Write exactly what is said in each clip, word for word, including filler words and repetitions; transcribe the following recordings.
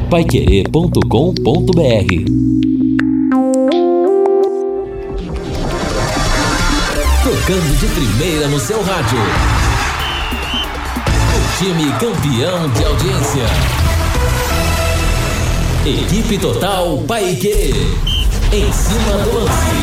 paiquerê ponto com ponto br. Tocando de primeira no seu rádio. O time campeão de audiência. Equipe Total Paiquerê. Em cima do lance.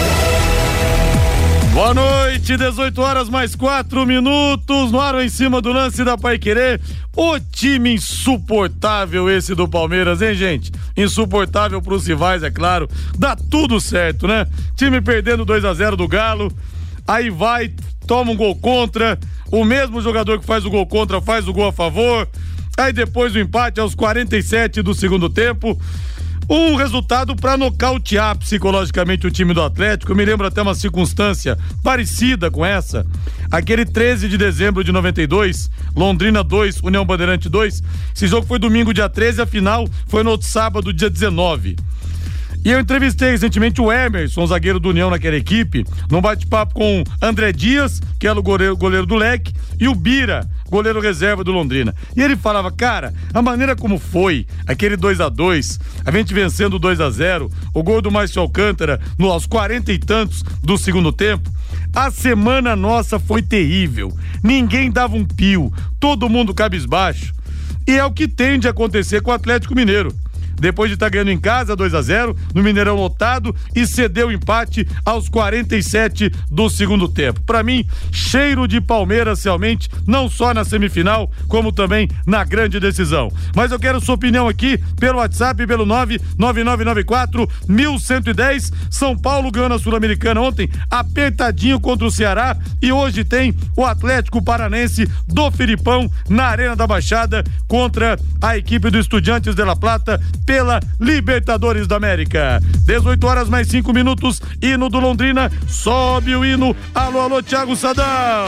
Boa noite, dezoito horas mais quatro minutos, no ar Em Cima do Lance da Paiquerê. O time insuportável esse do Palmeiras, hein, gente? Insuportável pros rivais, é claro. Dá tudo certo, né? Time perdendo dois a zero do Galo, aí vai, toma um gol contra, o mesmo jogador que faz o gol contra faz o gol a favor, aí depois o empate aos quarenta e sete do segundo tempo. Um resultado para nocautear psicologicamente o time do Atlético. Eu me lembro até uma circunstância parecida com essa. Aquele treze de dezembro de noventa e dois, Londrina dois, União Bandeirante dois. Esse jogo foi domingo, dia treze, a final foi no outro sábado, dia dezenove. E eu entrevistei recentemente o Emerson, zagueiro do União naquela equipe, num bate-papo com André Dias, que era o goleiro, goleiro do Leque, e o Bira, goleiro reserva do Londrina. E ele falava, cara, a maneira como foi aquele dois a dois, a gente vencendo dois a zero, o gol do Márcio Alcântara no, aos quarenta e tantos do segundo tempo, a semana nossa foi terrível. Ninguém dava um pio, todo mundo cabisbaixo. E é o que tende a acontecer com o Atlético Mineiro. Depois de estar ganhando em casa dois a zero, no Mineirão lotado, e cedeu o empate aos quarenta e sete do segundo tempo. Para mim, cheiro de Palmeiras realmente, não só na semifinal, como também na grande decisão. Mas eu quero sua opinião aqui pelo WhatsApp, pelo nove nove nove nove quatro um um um zero. São Paulo ganhou na Sul-Americana ontem, apertadinho contra o Ceará, e hoje tem o Atlético Paranense do Filipão na Arena da Baixada contra a equipe do Estudiantes de La Plata pela Libertadores da América. dezoito horas mais cinco minutos, hino do Londrina, sobe o hino. Alô, alô, Thiago Sadal.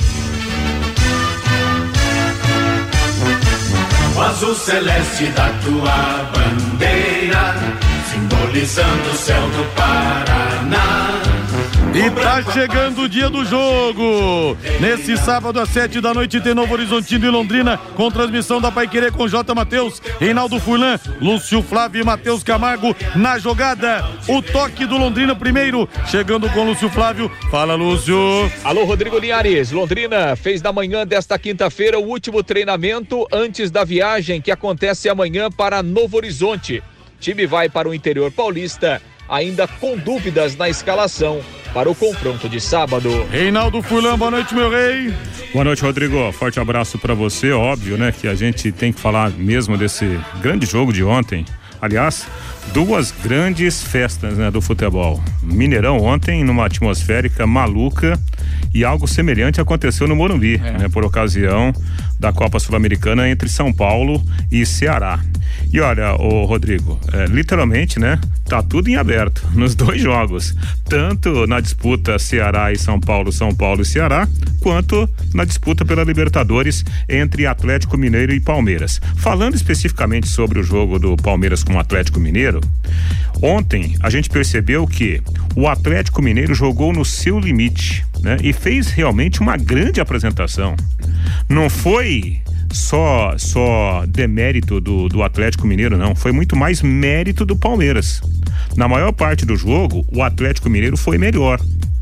O azul celeste da tua bandeira, simbolizando o céu do Paraná. E tá chegando o dia do jogo. Nesse sábado às sete da noite tem Novo Horizontino e Londrina, com transmissão da Paiquerê com J. Matheus, Reinaldo Furlan, Lúcio Flávio e Matheus Camargo na jogada. O toque do Londrina primeiro, chegando com Lúcio Flávio. Fala, Lúcio. Alô, Rodrigo Linhares. Londrina fez na manhã desta quinta-feira o último treinamento antes da viagem que acontece amanhã para Novo Horizonte. Time vai para o interior paulista, ainda com dúvidas na escalação para o confronto de sábado. Reinaldo Furlan, boa noite, meu rei. Boa noite, Rodrigo. Forte abraço para você. Óbvio, né, que a gente tem que falar mesmo desse grande jogo de ontem. Aliás, duas grandes festas, né, do futebol. Mineirão ontem, numa atmosférica maluca, e algo semelhante aconteceu no Morumbi, é. né, por ocasião da Copa Sul-Americana entre São Paulo e Ceará. E olha, ô Rodrigo, é, literalmente, né, tá tudo em aberto nos dois jogos, tanto na disputa Ceará e São Paulo, São Paulo e Ceará, quanto na disputa pela Libertadores entre Atlético Mineiro e Palmeiras. Falando especificamente sobre o jogo do Palmeiras com o Atlético Mineiro, ontem a gente percebeu que o Atlético Mineiro jogou no seu limite, né, e fez realmente uma grande apresentação. Não foi só só demérito do, do Atlético Mineiro, não, foi muito mais mérito do Palmeiras. Na maior parte do jogo, o Atlético Mineiro foi melhor,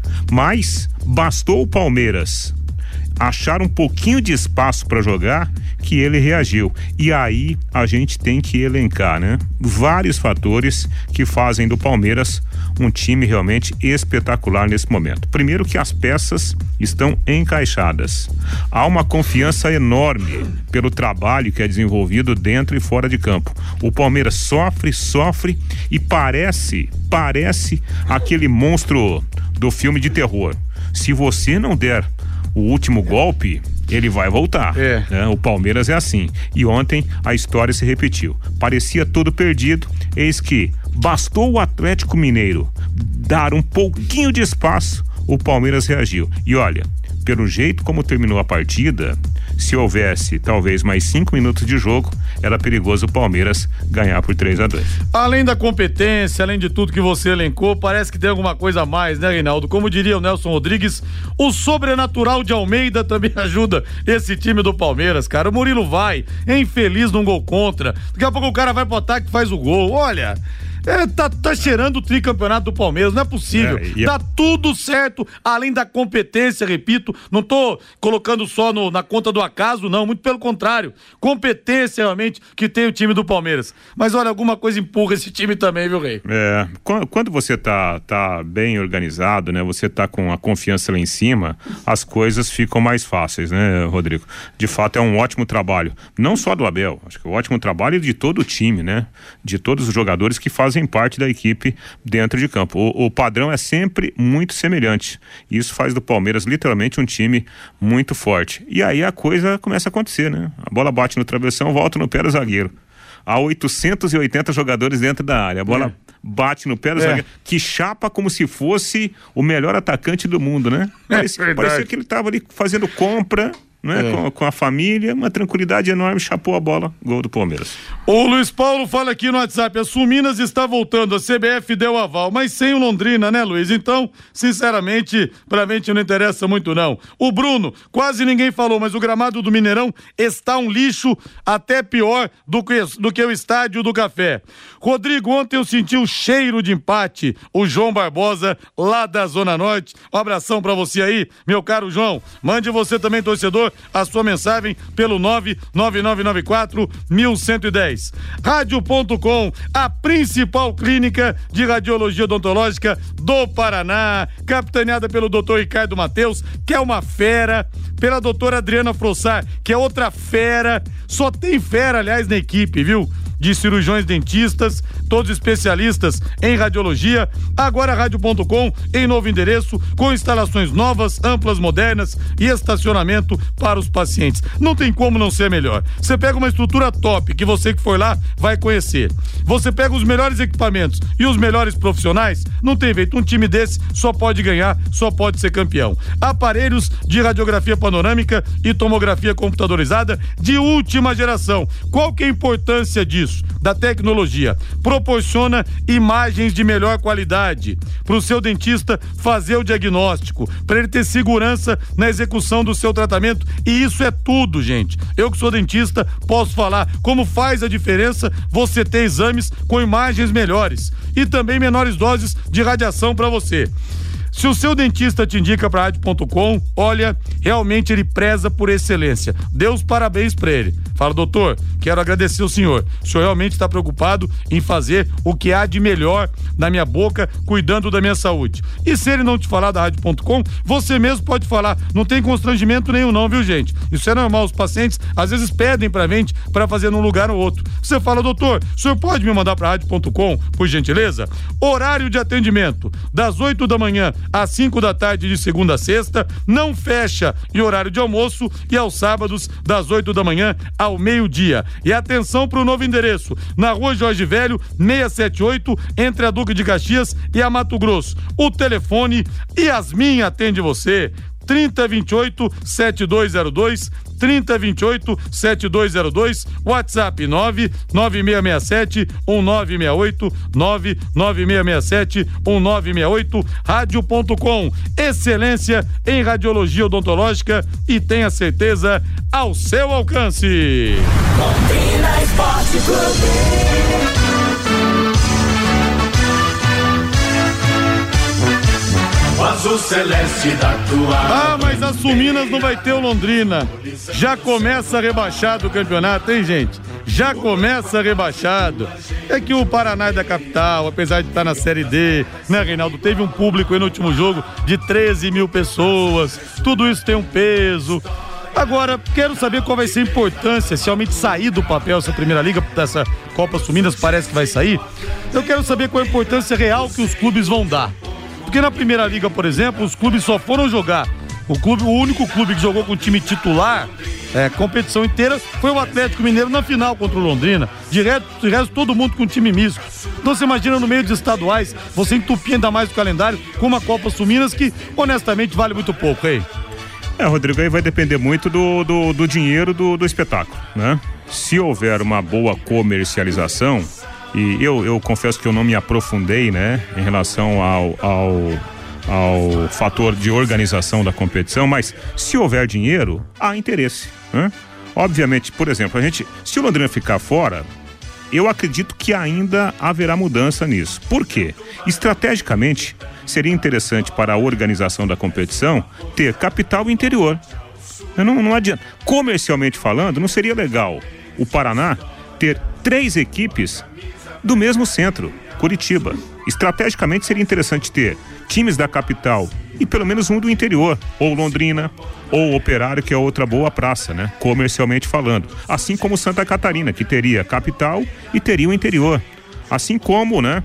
mas bastou o Palmeiras achar um pouquinho de espaço para jogar que ele reagiu. E aí a gente tem que elencar, né, vários fatores que fazem do Palmeiras um time realmente espetacular nesse momento. Primeiro, que as peças estão encaixadas. Há uma confiança enorme pelo trabalho que é desenvolvido dentro e fora de campo. O Palmeiras sofre, sofre e parece, parece aquele monstro do filme de terror. Se você não der o último golpe, ele vai voltar. É. Né? O Palmeiras é assim. E ontem a história se repetiu. Parecia tudo perdido, eis que bastou o Atlético Mineiro dar um pouquinho de espaço, o Palmeiras reagiu. E olha, pelo jeito como terminou a partida, se houvesse talvez mais cinco minutos de jogo, era perigoso o Palmeiras ganhar por três a dois. Além da competência, além de tudo que você elencou, parece que tem alguma coisa a mais, né, Reinaldo? Como diria o Nelson Rodrigues, o sobrenatural de Almeida também ajuda esse time do Palmeiras, cara. O Murilo vai, é infeliz num gol contra. Daqui a pouco o cara vai pro ataque e faz o gol. Olha... É, tá, tá cheirando o tricampeonato do Palmeiras, não é possível. É, tá a... tudo certo, além da competência, repito, não tô colocando só no, na conta do acaso, não, muito pelo contrário. Competência realmente que tem o time do Palmeiras. Mas olha, alguma coisa empurra esse time também, viu, Rei? É, quando você tá, tá bem organizado, né, você tá com a confiança lá em cima, as coisas ficam mais fáceis, né, Rodrigo? De fato, é um ótimo trabalho, não só do Abel, acho que é um ótimo trabalho de todo o time, né? De todos os jogadores que fazem parte da equipe dentro de campo. O, o padrão é sempre muito semelhante. Isso faz do Palmeiras literalmente um time muito forte. E aí a coisa começa a acontecer, né? A bola bate no travessão, volta no pé do zagueiro. Há oitocentos e oitenta jogadores dentro da área. A bola é. bate no pé do é. zagueiro, que chapa como se fosse o melhor atacante do mundo, né? Parecia, é parecia que ele estava ali fazendo compra, né? É. Com, com a família, uma tranquilidade enorme, chapou a bola, gol do Palmeiras. O Luiz Paulo fala aqui no WhatsApp, a Suminas está voltando, a C B F deu aval, mas sem o Londrina, né, Luiz? Então, sinceramente, pra gente não interessa muito não. O Bruno, quase ninguém falou, mas o gramado do Mineirão está um lixo, até pior do que, do que o estádio do Café. Rodrigo, ontem eu senti o cheiro de empate, o João Barbosa, lá da Zona Norte. Um abração pra você aí, meu caro João. Mande você também, torcedor, a sua mensagem pelo nove nove nove nove quatro um zero um zero. Rádio ponto com, a principal clínica de radiologia odontológica do Paraná, capitaneada pelo doutor Ricardo Mateus, que é uma fera, pela doutora Adriana Frossar, que é outra fera, só tem fera, aliás, na equipe, viu? De cirurgiões dentistas, todos especialistas em radiologia. Agora Rádio ponto com, em novo endereço, com instalações novas, amplas, modernas e estacionamento para os pacientes. Não tem como não ser melhor. Você pega uma estrutura top, que você que foi lá vai conhecer. Você pega os melhores equipamentos e os melhores profissionais, não tem jeito. Um time desse só pode ganhar, só pode ser campeão. Aparelhos de radiografia panorâmica e tomografia computadorizada de última geração. Qual que é a importância disso? Da tecnologia, proporciona imagens de melhor qualidade para o seu dentista fazer o diagnóstico, para ele ter segurança na execução do seu tratamento, e isso é tudo, gente. Eu que sou dentista posso falar como faz a diferença você ter exames com imagens melhores e também menores doses de radiação para você. Se o seu dentista te indica para Rádio ponto com, olha, realmente ele preza por excelência. Dê os parabéns para ele. Fala, doutor, quero agradecer o senhor. O senhor realmente está preocupado em fazer o que há de melhor na minha boca, cuidando da minha saúde. E se ele não te falar da Rádio ponto com, você mesmo pode falar. Não tem constrangimento nenhum não, viu, gente? Isso é normal. Os pacientes às vezes pedem pra gente para fazer num lugar ou outro. Você fala, doutor, o senhor pode me mandar para Rádio ponto com, por gentileza? Horário de atendimento, das oito da manhã às cinco da tarde de segunda a sexta, não fecha em horário de almoço, e aos sábados das oito da manhã ao meio-dia. E atenção para o novo endereço, na Rua Jorge Velho, seiscentos e setenta e oito, entre a Duque de Caxias e a Mato Grosso. O telefone, Yasmin atende você, trinta, vinte e oito, setenta e dois zero dois, trinta, vinte e oito, setenta e dois zero dois, WhatsApp nove nove seis seis sete, um nove seis oito, nove nove seis seis sete, um nove seis oito, Rádio ponto com, excelência em radiologia odontológica e tenha certeza ao seu alcance. Londrina Esporte Clube. O azul celeste da tua... Ah, mas a Suminas não vai ter o Londrina. Já começa rebaixado o campeonato, hein, gente? Já começa rebaixado. É que o Paraná é da capital, apesar de estar na Série D, né, Reinaldo? Teve um público aí no último jogo de treze mil pessoas. Tudo isso tem um peso. Agora, quero saber qual vai ser a importância, se realmente sair do papel essa primeira liga, dessa Copa Suminas, parece que vai sair. Eu quero saber qual a importância real que os clubes vão dar. Porque na primeira liga, por exemplo, os clubes só foram jogar. O, clube, o único clube que jogou com time titular, é, competição inteira, foi o Atlético Mineiro na final contra o Londrina. De resto, de resto todo mundo com time misto. Então você imagina no meio de estaduais, você entupir ainda mais o calendário com uma Copa Suminas que, honestamente, vale muito pouco, hein? É, Rodrigo, aí vai depender muito do, do, do dinheiro do, do espetáculo, né? Se houver uma boa comercialização, e eu, eu confesso que eu não me aprofundei, né, em relação ao, ao, ao fator de organização da competição, mas se houver dinheiro, há interesse, né? Obviamente, por exemplo, a gente, se o Londrina ficar fora, eu acredito que ainda haverá mudança nisso. Por quê? Estrategicamente, seria interessante para a organização da competição ter capital interior. Não, não adianta. Comercialmente falando, não seria legal o Paraná ter três equipes do mesmo centro, Curitiba. Estrategicamente seria interessante ter times da capital e pelo menos um do interior, ou Londrina, ou Operário, que é outra boa praça, né? Comercialmente falando. Assim como Santa Catarina, que teria capital e teria o interior. Assim como, né?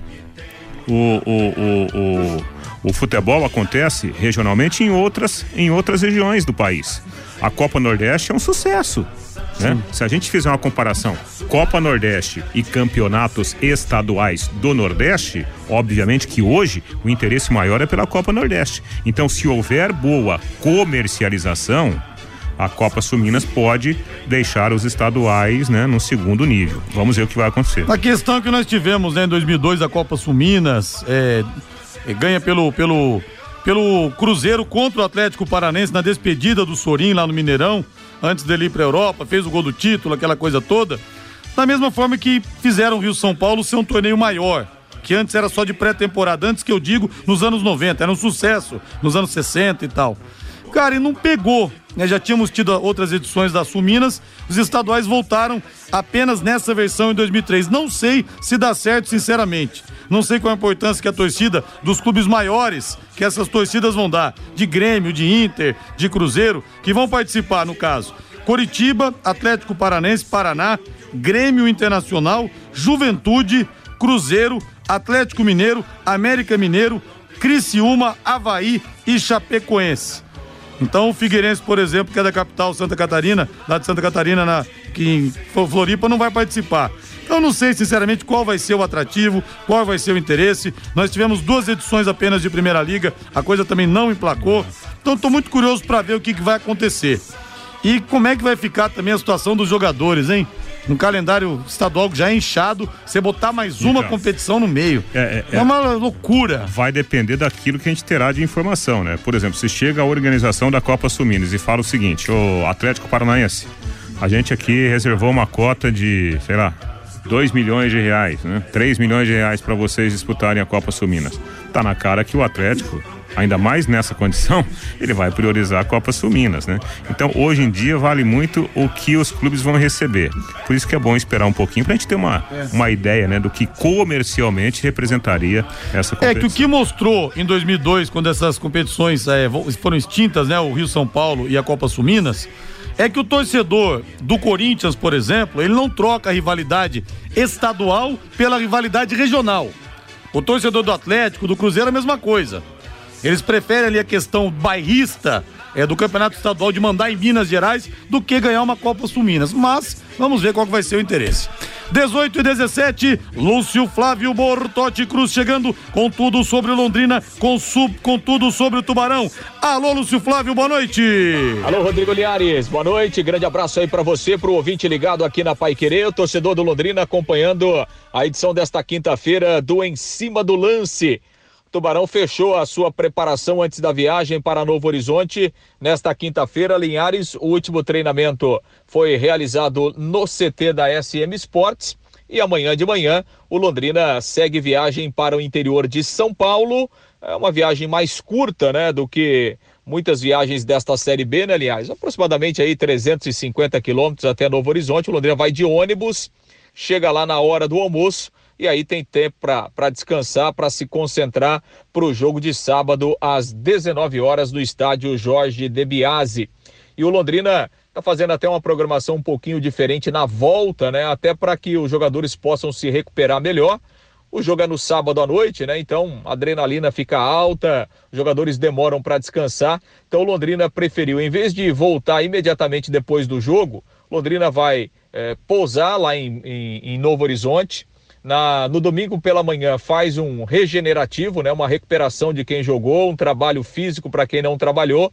O, o, o, o, o futebol acontece regionalmente em outras, em outras regiões do país. A Copa Nordeste é um sucesso, né? Se a gente fizer uma comparação Copa Nordeste e campeonatos estaduais do Nordeste, obviamente que hoje o interesse maior é pela Copa Nordeste. Então, se houver boa comercialização, a Copa Sul-Minas pode deixar os estaduais, né, no segundo nível. Vamos ver o que vai acontecer. A questão que nós tivemos, né, em dois mil e dois, a Copa Sul-Minas é, é, ganha pelo, pelo, pelo Cruzeiro contra o Atlético Paranense na despedida do Sorin lá no Mineirão, antes dele ir pra Europa, fez o gol do título, aquela coisa toda. Da mesma forma que fizeram o Rio-São Paulo ser um torneio maior, que antes era só de pré-temporada, antes que eu digo nos anos noventa, era um sucesso nos anos sessenta e tal. Cara, e não pegou, né? Já tínhamos tido outras edições da Sul Minas, os estaduais voltaram apenas nessa versão em dois mil e três. Não sei se dá certo, sinceramente. Não sei qual a importância que a torcida dos clubes maiores, que essas torcidas vão dar, de Grêmio, de Inter, de Cruzeiro, que vão participar, no caso, Coritiba, Atlético Paranense, Paraná, Grêmio Internacional, Juventude, Cruzeiro, Atlético Mineiro, América Mineiro, Criciúma, Avaí e Chapecoense. Então o Figueirense, por exemplo, que é da capital Santa Catarina, lá de Santa Catarina, na, que em Floripa, não vai participar. Então não sei sinceramente qual vai ser o atrativo, qual vai ser o interesse. Nós tivemos duas edições apenas de Primeira Liga, a coisa também não emplacou. Então estou muito curioso para ver o que, que vai acontecer. E como é que vai ficar também a situação dos jogadores, hein? Um calendário estadual já é inchado, você botar mais uma então, competição no meio. É, é, é uma loucura. Vai depender daquilo que a gente terá de informação, né? Por exemplo, se chega a organização da Copa Sul-Minas e fala o seguinte: ô Atlético Paranaense, a gente aqui reservou uma cota de, sei lá, dois milhões de reais, né? três milhões de reais para vocês disputarem a Copa Sul-Minas. Tá na cara que o Atlético, ainda mais nessa condição, ele vai priorizar a Copa Sul-Minas, né? Então, hoje em dia, vale muito o que os clubes vão receber. Por isso que é bom esperar um pouquinho pra gente ter uma, é. uma ideia, né, do que comercialmente representaria essa competição. É que o que mostrou em dois mil e dois, quando essas competições é, foram extintas, né, o Rio-São Paulo e a Copa Sul-Minas, é que o torcedor do Corinthians, por exemplo, ele não troca a rivalidade estadual pela rivalidade regional. O torcedor do Atlético, do Cruzeiro, é a mesma coisa. Eles preferem ali a questão bairrista é, do campeonato estadual de mandar em Minas Gerais do que ganhar uma Copa Sul-Minas. Mas vamos ver qual que vai ser o interesse. dezoito e dezessete, Lúcio Flávio Bortotti Cruz chegando com tudo sobre Londrina, com, sub, com tudo sobre o Tubarão. Alô, Lúcio Flávio, boa noite. Alô, Rodrigo Linhares, boa noite, grande abraço aí pra você, pro ouvinte ligado aqui na Paiquerê, o torcedor do Londrina acompanhando a edição desta quinta-feira do Em Cima do Lance. Tubarão fechou a sua preparação antes da viagem para Novo Horizonte. Nesta quinta-feira, Linhares, o último treinamento foi realizado no C T da S M Sports. E amanhã de manhã, o Londrina segue viagem para o interior de São Paulo. É uma viagem mais curta, né, do que muitas viagens desta Série B, né, aliás? Aproximadamente aí trezentos e cinquenta quilômetros até Novo Horizonte. O Londrina vai de ônibus, chega lá na hora do almoço. E aí tem tempo para descansar, para se concentrar para o jogo de sábado às dezenove horas no estádio Jorge de Biasi. E o Londrina está fazendo até uma programação um pouquinho diferente na volta, né? Até para que os jogadores possam se recuperar melhor. O jogo é no sábado à noite, né? Então a adrenalina fica alta, os jogadores demoram para descansar. Então o Londrina preferiu, em vez de voltar imediatamente depois do jogo, Londrina vai é, pousar lá em, em, em Novo Horizonte. Na, no domingo pela manhã faz um regenerativo, né, uma recuperação de quem jogou, um trabalho físico para quem não trabalhou,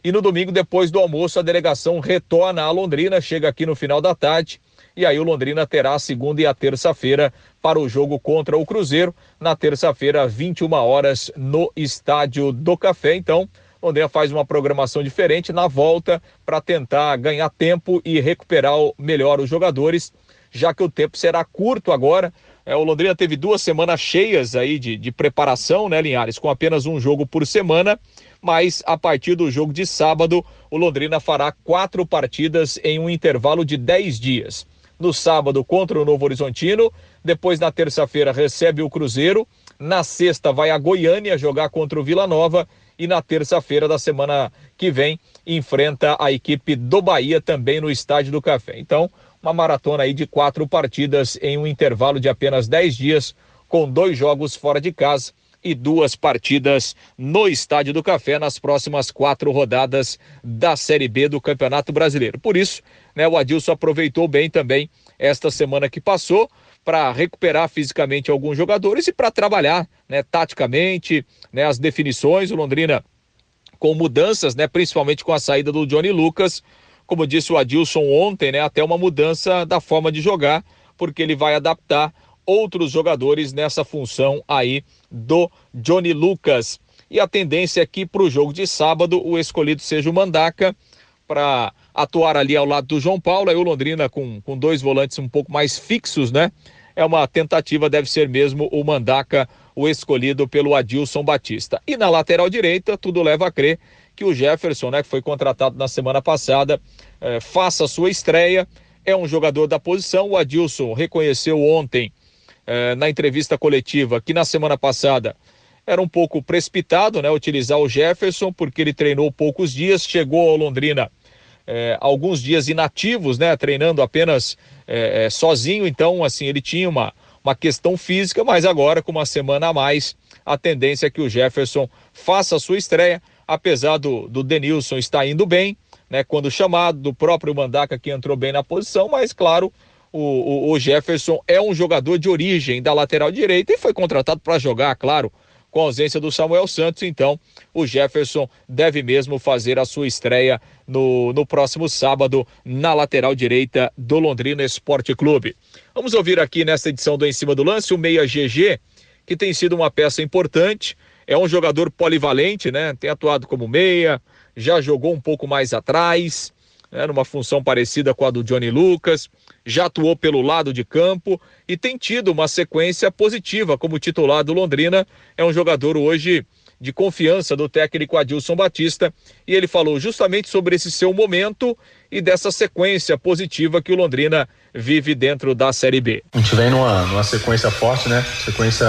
E no domingo, depois do almoço, a delegação retorna a Londrina, chega aqui no final da tarde, e aí o Londrina terá a segunda e a terça-feira para o jogo contra o Cruzeiro, na terça-feira, vinte e uma horas, no Estádio do Café. Então, Londrina faz uma programação diferente na volta para tentar ganhar tempo e recuperar melhor os jogadores, já que o tempo será curto agora. É, o Londrina teve duas semanas cheias aí de, de preparação, né, Linhares, com apenas um jogo por semana, mas a partir do jogo de sábado, o Londrina fará quatro partidas em um intervalo de dez dias. No sábado contra o Novo Horizontino, depois na terça-feira recebe o Cruzeiro, na sexta vai a Goiânia jogar contra o Vila Nova e na terça-feira da semana que vem enfrenta a equipe do Bahia também no Estádio do Café. Então, uma maratona aí de quatro partidas em um intervalo de apenas dez dias, com dois jogos fora de casa e duas partidas no Estádio do Café nas próximas quatro rodadas da Série B do Campeonato Brasileiro. Por isso, né, o Adilson aproveitou bem também esta semana que passou para recuperar fisicamente alguns jogadores e para trabalhar, né, taticamente, né, as definições. O Londrina com mudanças, né, principalmente com a saída do Johnny Lucas, como disse o Adilson ontem, né, até uma mudança da forma de jogar, porque ele vai adaptar outros jogadores nessa função aí do Johnny Lucas. E a tendência é que para o jogo de sábado o escolhido seja o Mandaca, para atuar ali ao lado do João Paulo. Aí o Londrina com, com dois volantes um pouco mais fixos, né? É uma tentativa, deve ser mesmo o Mandaca, o escolhido pelo Adilson Batista. E na lateral direita, tudo leva a crer que o Jefferson, né, que foi contratado na semana passada, eh, faça a sua estreia. É um jogador da posição. O Adilson reconheceu ontem, eh, na entrevista coletiva, que na semana passada era um pouco precipitado, né, utilizar o Jefferson, porque ele treinou poucos dias, chegou ao Londrina é, alguns dias inativos, né, treinando apenas é, é, sozinho. Então, assim, ele tinha uma, uma questão física, mas agora, com uma semana a mais, a tendência é que o Jefferson faça a sua estreia, apesar do, do Denilson estar indo bem, né, quando chamado, do próprio Mandaca, que entrou bem na posição, mas, claro, o, o, o Jefferson é um jogador de origem da lateral direita e foi contratado para jogar, claro, com a ausência do Samuel Santos. Então o Jefferson deve mesmo fazer a sua estreia no, no próximo sábado na lateral direita do Londrina Esporte Clube. Vamos ouvir aqui nesta edição do Em Cima do Lance o meia G G, que tem sido uma peça importante, é um jogador polivalente, né? Tem atuado como meia, já jogou um pouco mais atrás, né, numa função parecida com a do Johnny Lucas, já atuou pelo lado de campo e tem tido uma sequência positiva como titular do Londrina. É um jogador hoje de confiança do técnico Adilson Batista, e ele falou justamente sobre esse seu momento e dessa sequência positiva que o Londrina vive dentro da Série B. A gente vem numa, numa sequência forte, né? Sequência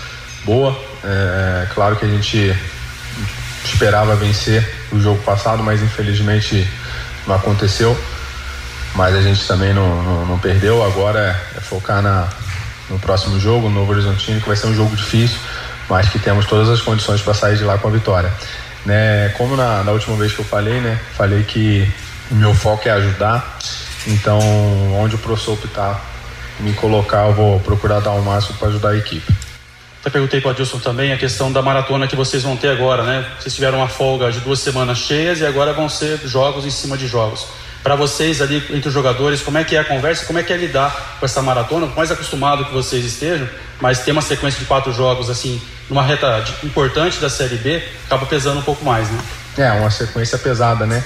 boa. É claro que a gente esperava vencer o jogo passado, mas infelizmente não aconteceu. Mas a gente também não, não, não perdeu. Agora é focar na, no próximo jogo, no Novo Horizontino, que vai ser um jogo difícil, mas que temos todas as condições para sair de lá com a vitória. Né? Como na, na última vez que eu falei, né? Falei que o meu foco é ajudar. Então, onde o professor optar me colocar, eu vou procurar dar o máximo para ajudar a equipe. Até perguntei para o Adilson também a questão da maratona que vocês vão ter agora, né? Vocês tiveram uma folga de duas semanas cheias e agora vão ser jogos em cima de jogos. Para vocês ali, entre os jogadores, como é que é a conversa, como é que é lidar com essa maratona, por mais acostumado que vocês estejam, mas ter uma sequência de quatro jogos, assim, numa reta importante da Série B, acaba pesando um pouco mais, né? É, uma sequência pesada, né?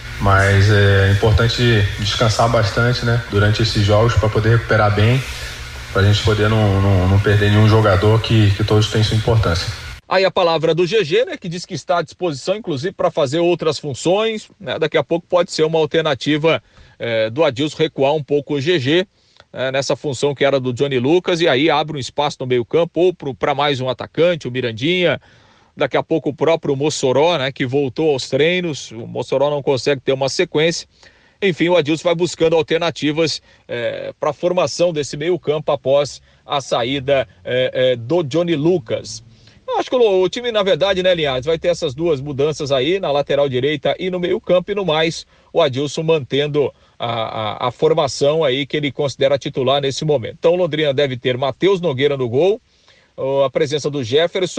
Mas é importante descansar bastante, né? Durante esses jogos, para poder recuperar bem, para a gente poder não, não, não perder nenhum jogador, que, que todos têm sua importância. Aí a palavra do G G, né, que diz que está à disposição, inclusive, para fazer outras funções, né? Daqui a pouco pode ser uma alternativa é, do Adilson recuar um pouco o G G, é, nessa função que era do Johnny Lucas, e aí abre um espaço no meio campo, ou para mais um atacante, o Mirandinha, daqui a pouco o próprio Mossoró, né, que voltou aos treinos. O Mossoró não consegue ter uma sequência. Enfim, o Adilson vai buscando alternativas é, para a formação desse meio campo após a saída é, é, do Johnny Lucas. Eu acho que o, o time, na verdade, né, Linhares, vai ter essas duas mudanças aí, na lateral direita e no meio campo, e no mais, o Adilson mantendo a, a, a formação aí que ele considera titular nesse momento. Então o Londrina deve ter Matheus Nogueira no gol, a presença do Jefferson,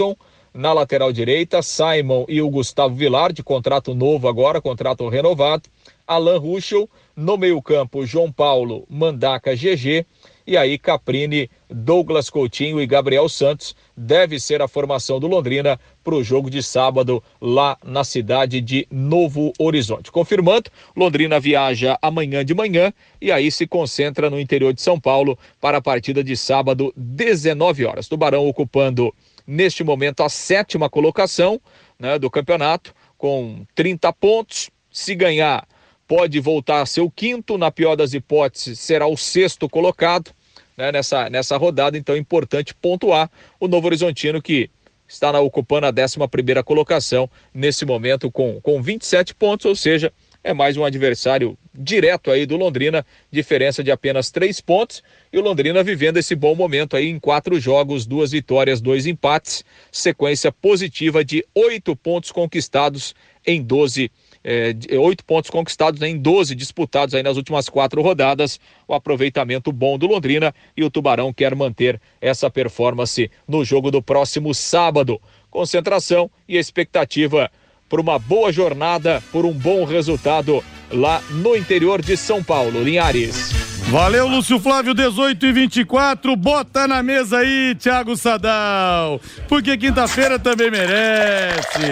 Na lateral direita, Simon e o Gustavo Vilar, de contrato novo agora, contrato renovado. Alan Ruschel. No meio-campo, João Paulo, Mandaca, G G. E aí, Caprini, Douglas Coutinho e Gabriel Santos. Deve ser a formação do Londrina para o jogo de sábado lá na cidade de Novo Horizonte. Confirmando, Londrina viaja amanhã de manhã e aí se concentra no interior de São Paulo para a partida de sábado, dezenove horas. Tubarão ocupando, neste momento, a sétima colocação, né, do campeonato, com trinta pontos. Se ganhar, pode voltar a ser o quinto, na pior das hipóteses será o sexto colocado, né, nessa, nessa rodada. Então é importante pontuar o Novo Horizontino, que está na, ocupando a décima primeira colocação nesse momento com, com vinte e sete pontos, ou seja, é mais um adversário direto aí do Londrina, diferença de apenas três pontos, e o Londrina vivendo esse bom momento aí em quatro jogos, duas vitórias, dois empates, sequência positiva de oito pontos conquistados em doze É, oito pontos conquistados, né, em doze disputados aí nas últimas quatro rodadas. O aproveitamento bom do Londrina, e o Tubarão quer manter essa performance no jogo do próximo sábado. Concentração e expectativa por uma boa jornada, por um bom resultado lá no interior de São Paulo. Linhares. Valeu, Lúcio Flávio, dezoito e vinte e quatro, bota na mesa aí, Thiago Sadal, porque quinta-feira também merece.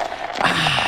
Ah.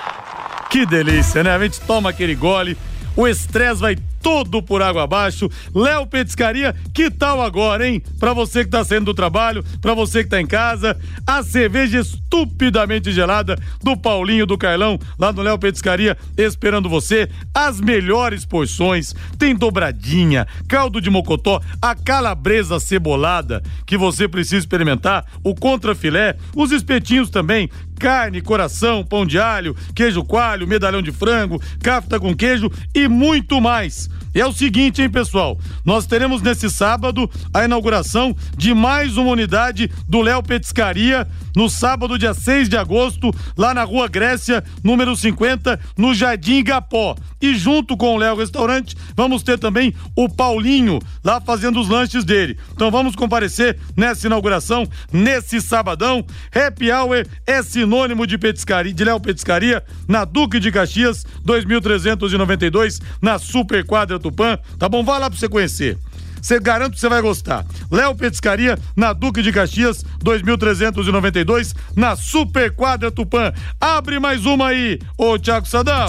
Que delícia, né? A gente toma aquele gole, o estresse vai todo por água abaixo. Léo Petiscaria, que tal agora, hein? Pra você que tá saindo do trabalho, pra você que tá em casa, a cerveja estupidamente gelada do Paulinho, do Carlão, lá no Léo Petiscaria, esperando você. As melhores porções, tem dobradinha, caldo de mocotó, a calabresa cebolada, que você precisa experimentar, o contrafilé, os espetinhos também, carne, coração, pão de alho, queijo coalho, medalhão de frango, cafta com queijo e muito mais. E é o seguinte, hein, pessoal, nós teremos nesse sábado a inauguração de mais uma unidade do Léo Petiscaria, no sábado, dia seis de agosto, lá na Rua Grécia, número cinquenta, no Jardim Igapó. E junto com o Léo Restaurante, vamos ter também o Paulinho, lá fazendo os lanches dele. Então vamos comparecer nessa inauguração, nesse sabadão. Happy Hour é sinônimo de petiscaria, de Léo Petiscaria, na Duque de Caxias, dois mil trezentos e noventa e dois, na Super Quadra Tupã. Tá bom? Vai lá pra você conhecer. Você garanto que você vai gostar. Léo Petiscaria, na Duque de Caxias, dois mil trezentos e noventa e dois, na Super Quadra Tupã. Abre mais uma aí, ô Thiago Sadal.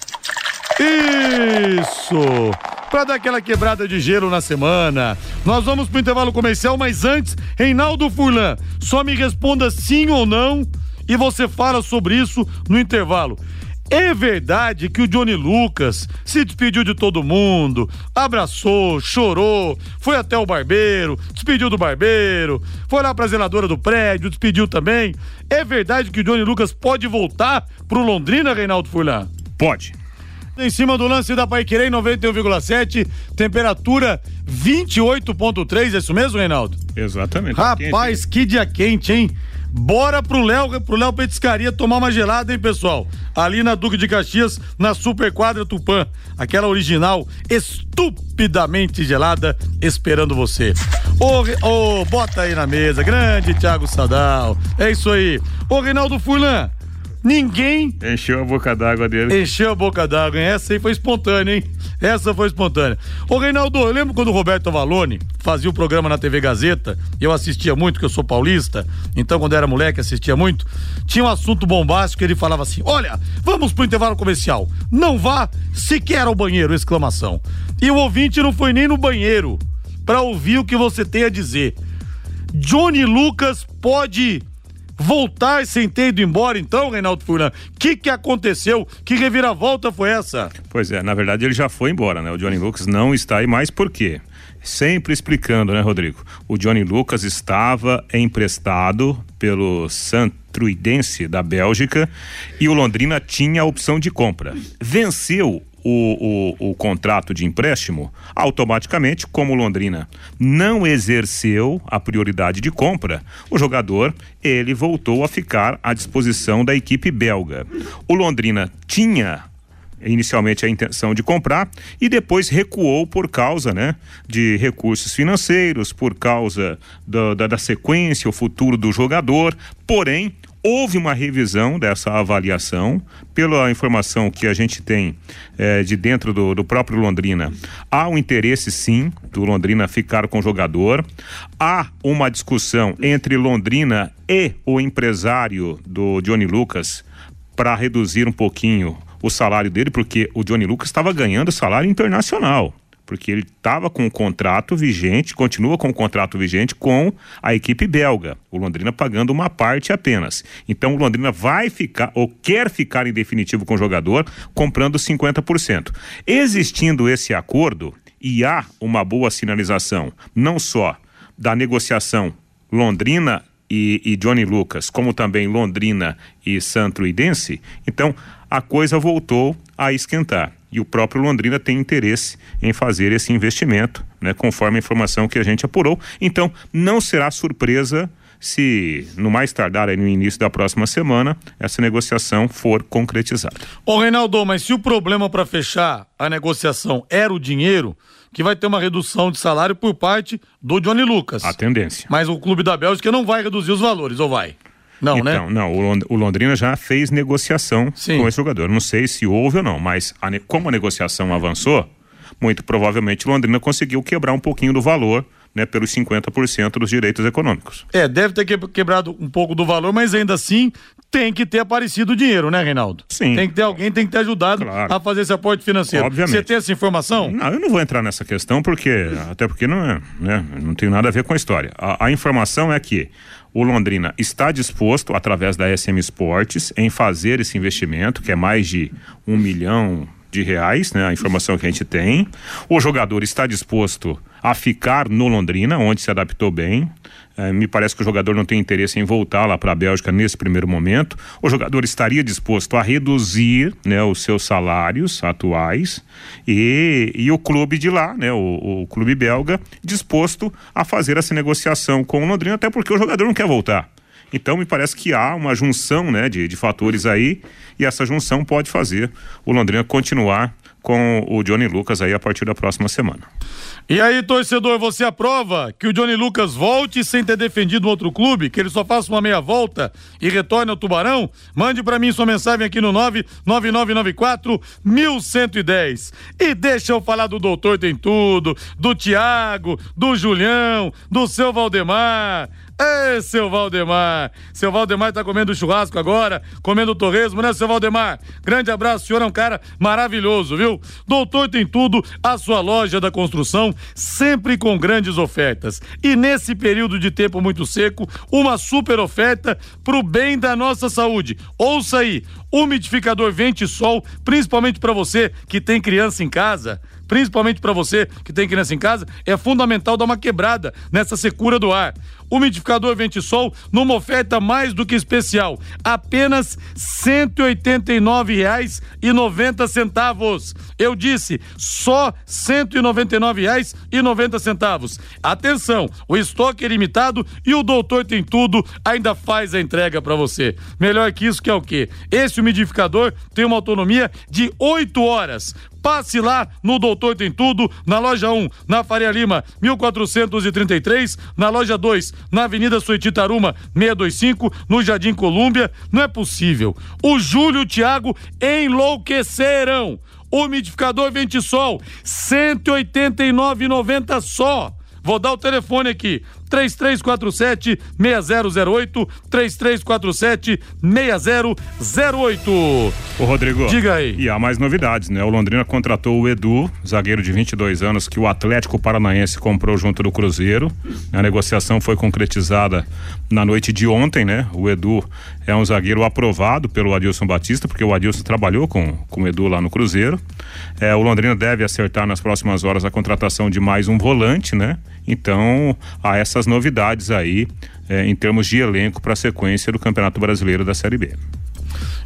Isso! Pra dar aquela quebrada de gelo na semana. Nós vamos pro intervalo comercial, mas antes, Reinaldo Furlan, só me responda sim ou não e você fala sobre isso no intervalo. É verdade que o Johnny Lucas se despediu de todo mundo, abraçou, chorou, foi até o barbeiro, despediu do barbeiro, foi lá pra zeladora do prédio, despediu também. É verdade que o Johnny Lucas pode voltar pro Londrina, Reinaldo Furlan? Pode. Em cima do lance da Paiquerê, noventa e um vírgula sete, temperatura vinte e oito ponto três, é isso mesmo, Reinaldo? Exatamente. Rapaz, que dia quente, hein? Bora pro Léo, pro Léo Petiscaria tomar uma gelada, hein, pessoal? Ali na Duque de Caxias, na Super Quadra Tupã. Aquela original, estupidamente gelada, esperando você. Ô, ô, bota aí na mesa, grande Thiago Sadal. É isso aí. Ô, Reinaldo Furlan, ninguém... Encheu a boca d'água dele. Encheu a boca d'água, hein? Essa aí foi espontânea, hein? Essa foi espontânea. Ô, Reinaldo, eu lembro quando o Roberto Valone fazia o programa na T V Gazeta, eu assistia muito, porque eu sou paulista, então quando eu era moleque assistia muito, tinha um assunto bombástico, ele falava assim, olha, vamos pro intervalo comercial, não vá sequer ao banheiro, exclamação. E o ouvinte não foi nem no banheiro pra ouvir o que você tem a dizer. Johnny Lucas pode... voltar sem ter ido embora, então, Reinaldo Furlan? O que que aconteceu? Que reviravolta foi essa? Pois é, na verdade ele já foi embora, né? O Johnny Lucas não está aí mais, por quê? Sempre explicando, né, Rodrigo? O Johnny Lucas estava emprestado pelo Sint-Truidense da Bélgica e o Londrina tinha a opção de compra. Venceu O, o, o contrato de empréstimo, automaticamente, como o Londrina não exerceu a prioridade de compra, o jogador, ele voltou a ficar à disposição da equipe belga. O Londrina tinha inicialmente a intenção de comprar e depois recuou por causa, né, de recursos financeiros, por causa do, da, da sequência, o futuro do jogador. Porém, houve uma revisão dessa avaliação. Pela informação que a gente tem eh, de dentro do, do próprio Londrina, há um interesse sim do Londrina ficar com o jogador. Há uma discussão entre Londrina e o empresário do Johnny Lucas para reduzir um pouquinho o salário dele, porque o Johnny Lucas estava ganhando salário internacional, porque ele estava com o contrato vigente, continua com o contrato vigente com a equipe belga, o Londrina pagando uma parte apenas. Então o Londrina vai ficar, ou quer ficar em definitivo com o jogador, comprando cinquenta por cento. Existindo esse acordo, e há uma boa sinalização, não só da negociação Londrina e, e Johnny Lucas, como também Londrina e Santo Luidense, então a coisa voltou a esquentar. E o próprio Londrina tem interesse em fazer esse investimento, né, conforme a informação que a gente apurou. Então, não será surpresa se, no mais tardar aí no início da próxima semana, essa negociação for concretizada. Ô Reinaldo, mas se o problema para fechar a negociação era o dinheiro, que vai ter uma redução de salário por parte do Johnny Lucas. A tendência. Mas o clube da Bélgica não vai reduzir os valores, ou vai? Não, então, né? Não, o Londrina já fez negociação Sim. com esse jogador. Não sei se houve ou não, mas a, como a negociação avançou, muito provavelmente o Londrina conseguiu quebrar um pouquinho do valor, né, pelos cinquenta por cento dos direitos econômicos. É, deve ter quebrado um pouco do valor, mas ainda assim tem que ter aparecido o dinheiro, né, Reinaldo? Sim. Tem que ter alguém, tem que ter ajudado claro. a fazer esse aporte financeiro. Obviamente. Você tem essa informação? Não, eu não vou entrar nessa questão porque, até porque não é, né, não tem nada a ver com a história. A, a informação é que o Londrina está disposto, através da S M Sports, em fazer esse investimento, que é mais de um milhão de reais, né? A informação que a gente tem. O jogador está disposto a ficar no Londrina, onde se adaptou bem. É, me parece que o jogador não tem interesse em voltar lá para a Bélgica nesse primeiro momento. O jogador estaria disposto a reduzir, né, os seus salários atuais e, e o clube de lá, né, o, o clube belga, disposto a fazer essa negociação com o Londrina, até porque o jogador não quer voltar. Então me parece que há uma junção, né, de, de fatores aí, e essa junção pode fazer o Londrina continuar com o Johnny Lucas aí a partir da próxima semana. E aí, torcedor, você aprova que o Johnny Lucas volte sem ter defendido um outro clube, que ele só faça uma meia volta e retorne ao Tubarão? Mande pra mim sua mensagem aqui no nove nove nove nove quatro um um um zero. E deixa eu falar do Doutor Tem Tudo, do Tiago, do Julião, do seu Valdemar. Ê, seu Valdemar, seu Valdemar tá comendo churrasco agora, comendo torresmo, né, seu Valdemar? Grande abraço, o senhor é um cara maravilhoso, viu? Doutor Tem Tudo, a sua loja da construção, sempre com grandes ofertas. E nesse período de tempo muito seco, uma super oferta pro bem da nossa saúde. Ouça aí, umidificador Ventisol, principalmente para você que tem criança em casa, principalmente para você que tem criança em casa, é fundamental dar uma quebrada nessa secura do ar. Umidificador Ventisol numa oferta mais do que especial, apenas cento e oitenta e nove reais e noventa centavos. Eu disse, só cento e noventa e nove reais e noventa centavos. Atenção, o estoque é limitado e o Doutor Tem Tudo ainda faz a entrega para você. Melhor que isso, que é o quê? Esse umidificador tem uma autonomia de oito horas. Passe lá no Doutor Tem Tudo, na loja um, na Faria Lima, mil quatrocentos e trinta e três, na loja dois, na Avenida Sueti Taruma, seiscentos e vinte e cinco, no Jardim Colúmbia. Não é possível. O Júlio e o Thiago enlouqueceram. Umidificador Ventisol, cento e oitenta e nove reais e noventa centavos só. Vou dar o telefone aqui, três três quatro sete, seis zero zero oito, três três quatro sete, seis zero zero oito. Ô Rodrigo, diga aí. E há mais novidades, né? O Londrina contratou o Edu, zagueiro de vinte e dois anos, que o Atlético Paranaense comprou junto do Cruzeiro. A negociação foi concretizada na noite de ontem, né? O Edu é um zagueiro aprovado pelo Adilson Batista, porque o Adilson trabalhou com, com o Edu lá no Cruzeiro. É, o Londrina deve acertar nas próximas horas a contratação de mais um volante, né? Então, há essas novidades aí, é, em termos de elenco para a sequência do Campeonato Brasileiro da Série B.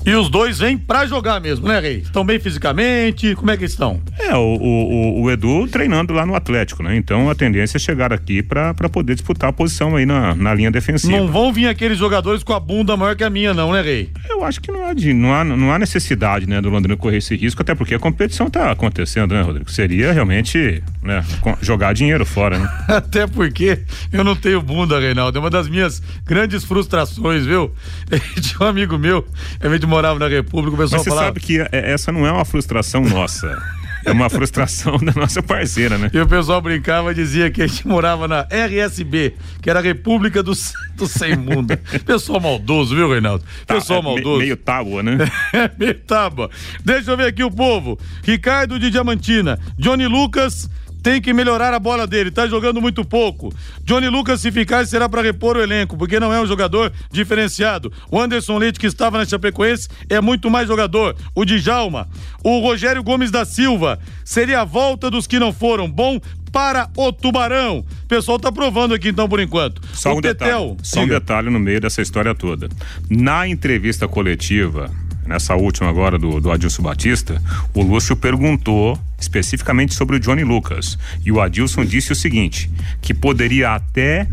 E os dois vêm pra jogar mesmo, né, Rei? Estão bem fisicamente, como é que estão? É, o, o, o Edu treinando lá no Atlético, né? Então a tendência é chegar aqui pra, pra poder disputar a posição aí na, na linha defensiva. Não vão vir aqueles jogadores com a bunda maior que a minha não, né, Rei? Eu acho que não há, de, não há, não há necessidade, né, do Londrina correr esse risco, até porque a competição tá acontecendo, né, Rodrigo? Seria realmente, né, jogar dinheiro fora, né? Até porque eu não tenho bunda, Reinaldo, é uma das minhas grandes frustrações, viu? Tinha um amigo meu, a gente morava na República, o pessoal Mas você falava... sabe que essa não é uma frustração nossa. É uma frustração da nossa parceira, né? E o pessoal brincava e dizia que a gente morava na R S B, que era a República do, do Sem Mundo. Pessoal maldoso, viu, Reinaldo? Pessoal tá, é maldoso. Meio tábua, né? É, meio tábua. Deixa eu ver aqui o povo. Ricardo de Diamantina. Johnny Lucas tem que melhorar a bola dele, tá jogando muito pouco. Johnny Lucas, se ficar, será para repor o elenco, porque não é um jogador diferenciado. O Anderson Leite, que estava na Chapecoense, é muito mais jogador. O Djalma, o Rogério Gomes da Silva, seria a volta dos que não foram. Bom para o Tubarão. O pessoal tá provando aqui então por enquanto. Só o um Tetel, detalhe, só um detalhe no meio dessa história toda. Na entrevista coletiva, nessa última agora do, do Adilson Batista, o Lúcio perguntou especificamente sobre o Johnny Lucas, e o Adilson disse o seguinte, que poderia até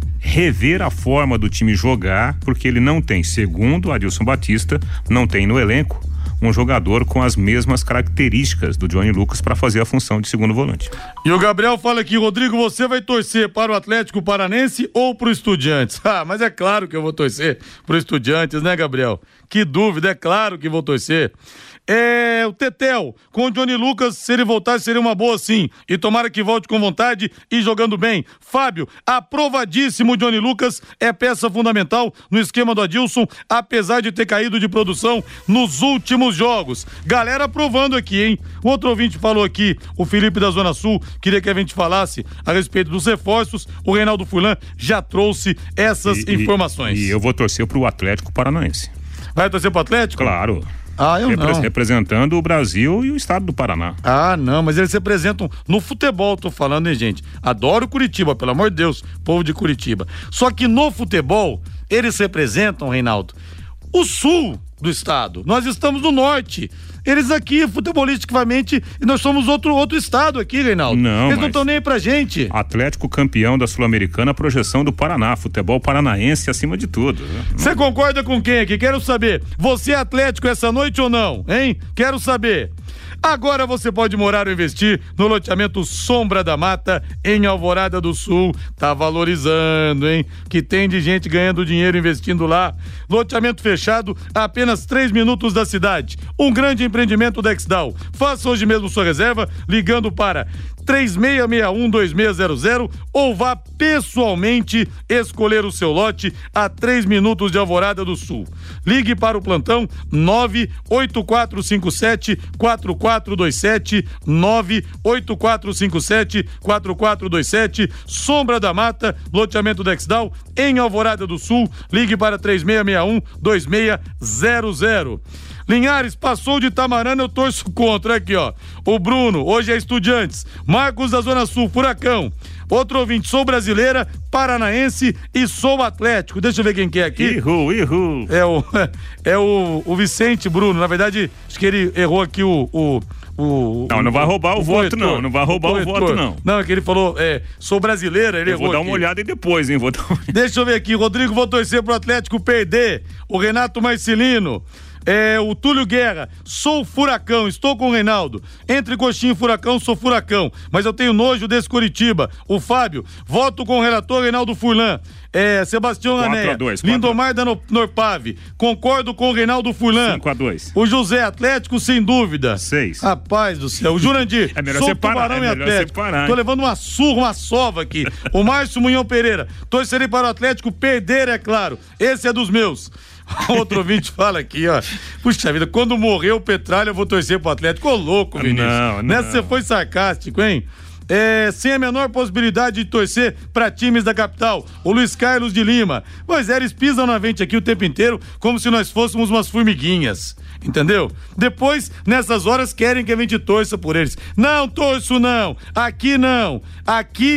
rever a forma do time jogar, porque ele não tem, segundo o Adilson Batista, não tem no elenco um jogador com as mesmas características do Johnny Lucas para fazer a função de segundo volante. E o Gabriel fala aqui, Rodrigo, você vai torcer para o Atlético Paranense ou para o Estudiantes? Ah, mas é claro que eu vou torcer para o Estudiantes, né, Gabriel? Que dúvida, é claro que vou torcer. É, o Tetel, com o Johnny Lucas, se ele voltar, seria uma boa sim, e tomara que volte com vontade e jogando bem. Fábio, aprovadíssimo, o Johnny Lucas é peça fundamental no esquema do Adilson, apesar de ter caído de produção nos últimos jogos. Galera aprovando aqui, hein? O outro ouvinte falou aqui, o Felipe da Zona Sul, queria que a gente falasse a respeito dos reforços, o Reinaldo Furlan já trouxe essas e, informações. E, e eu vou torcer pro Atlético Paranaense. Vai torcer pro Atlético? Claro. Ah, eu Repre- não. Representando o Brasil e o estado do Paraná. Ah, não, mas eles representam no futebol, tô falando, hein, gente? Adoro Curitiba, pelo amor de Deus, povo de Curitiba. Só que no futebol, eles representam, Reinaldo, o sul do estado. Nós estamos no norte. Eles aqui, futebolisticamente, nós somos outro, outro estado aqui, Reinaldo. Não, Eles não estão nem aí pra gente. Atlético campeão da Sul-Americana, projeção do Paraná, futebol paranaense acima de tudo. Você concorda com quem aqui? Quero saber. Você é Atlético essa noite ou não, hein? Quero saber. Agora você pode morar ou investir no loteamento Sombra da Mata, em Alvorada do Sul. Tá valorizando, hein? Que tem de gente ganhando dinheiro investindo lá. Loteamento fechado a apenas três minutos da cidade. Um grande empreendimento da Exdal. Faça hoje mesmo sua reserva ligando para três seis seis um, dois seis zero zero ou vá pessoalmente escolher o seu lote a três minutos de Alvorada do Sul. Ligue para o plantão nove oito quatro cinco sete quatro quatro dois sete, nove oito quatro cinco sete quatro quatro dois sete, Sombra da Mata, loteamento Dexdal, em Alvorada do Sul. Ligue para três seis seis um, dois seis zero zero. Linhares, passou de Tamarana, eu torço contra. Aqui, ó. O Bruno, hoje é Estudiantes. Marcos da Zona Sul, Furacão. Outro ouvinte, sou brasileira, paranaense e sou Atlético. Deixa eu ver quem que é aqui. Ihu, ihu. É o, é o, o Vicente Bruno. Na verdade, acho que ele errou aqui o... o O, não, não vai roubar o, o voto, corretor. não. Não vai roubar o, o voto, não. Não, é que ele falou, é, sou brasileira, ele eu errou. Vou dar aqui. uma olhada aí depois, hein? Vou dar uma... Deixa eu ver aqui, Rodrigo, vou torcer pro Atlético perder. O Renato Marcelino. É, o Túlio Guerra, sou Furacão, estou com o Reinaldo. Entre Coxinha e Furacão, sou Furacão, mas eu tenho nojo desse Curitiba. O Fábio, voto com o relator Reinaldo Furlan. É, Sebastião Anéia, Lindomar da Norpave, concordo com o Reinaldo Furlan. cinco a dois. O José Atlético, sem dúvida. seis. Rapaz do céu. O Jurandir, é melhor sou separar, Tubarão é e Atlético. Separar, tô levando uma surra, uma sova aqui. O Márcio Munhão Pereira, torcerei para o Atlético perder, é claro. Esse é dos meus. Outro ouvinte fala aqui, ó. Puxa vida, quando morrer o Petralha, eu vou torcer pro Atlético. Ô, louco, Vinícius. Não, não. Nessa você foi sarcástico, hein? É, sem a menor possibilidade de torcer pra times da capital. O Luiz Carlos de Lima. Pois é, eles pisam na frente aqui o tempo inteiro como se nós fôssemos umas formiguinhas. Entendeu? Depois, nessas horas, querem que a gente torça por eles. Não torço, não. Aqui não. Aqui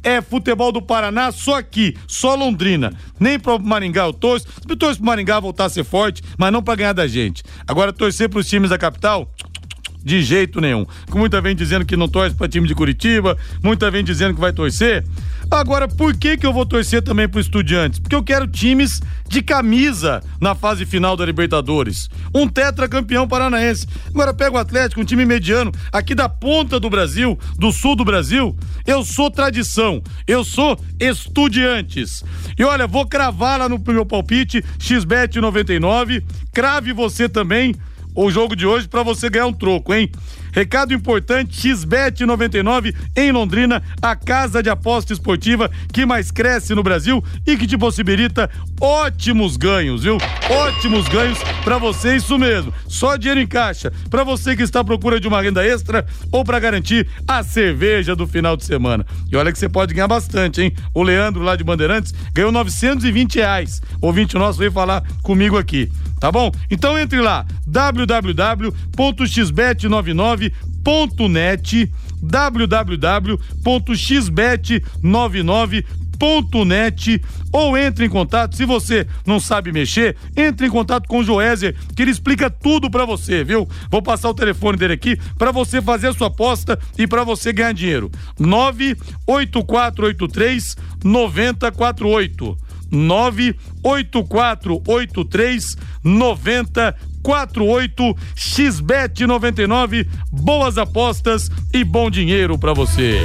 é futebol do Paraná, só aqui, só Londrina. Nem pro Maringá eu torço. Eu torço pro Maringá voltar a ser forte, mas não pra ganhar da gente. Agora, torcer pros times da capital, de jeito nenhum. Com muita gente dizendo que não torce pra time de Curitiba, muita gente dizendo que vai torcer. Agora, por que que eu vou torcer também pro Estudiantes? Porque eu quero times de camisa na fase final da Libertadores. Um tetracampeão paranaense. Agora pega o Atlético, um time mediano, aqui da ponta do Brasil, do sul do Brasil. Eu sou tradição, eu sou Estudiantes. E olha, vou cravar lá no meu palpite, X Bet noventa e nove, crave você também o jogo de hoje pra você ganhar um troco, hein? Recado importante, X Bet noventa e nove em Londrina, a casa de aposta esportiva que mais cresce no Brasil e que te possibilita ótimos ganhos, viu? Ótimos ganhos pra você, isso mesmo. Só dinheiro em caixa, pra você que está à procura de uma renda extra ou pra garantir a cerveja do final de semana. E olha que você pode ganhar bastante, hein? O Leandro lá de Bandeirantes ganhou novecentos e vinte reais. O ouvinte nosso veio falar comigo aqui, tá bom? Então entre lá, w w w ponto x bet noventa e nove ponto net, w w w ponto x bet noventa e nove ponto net, ou entre em contato, se você não sabe mexer, entre em contato com o Joézer, que ele explica tudo pra você, viu? Vou passar o telefone dele aqui pra você fazer a sua aposta e pra você ganhar dinheiro. nove oito quatro oito três nove zero quatro oito nove oito quatro oito três nove zero quatro oito, X Bet noventa e nove, boas apostas e bom dinheiro pra você.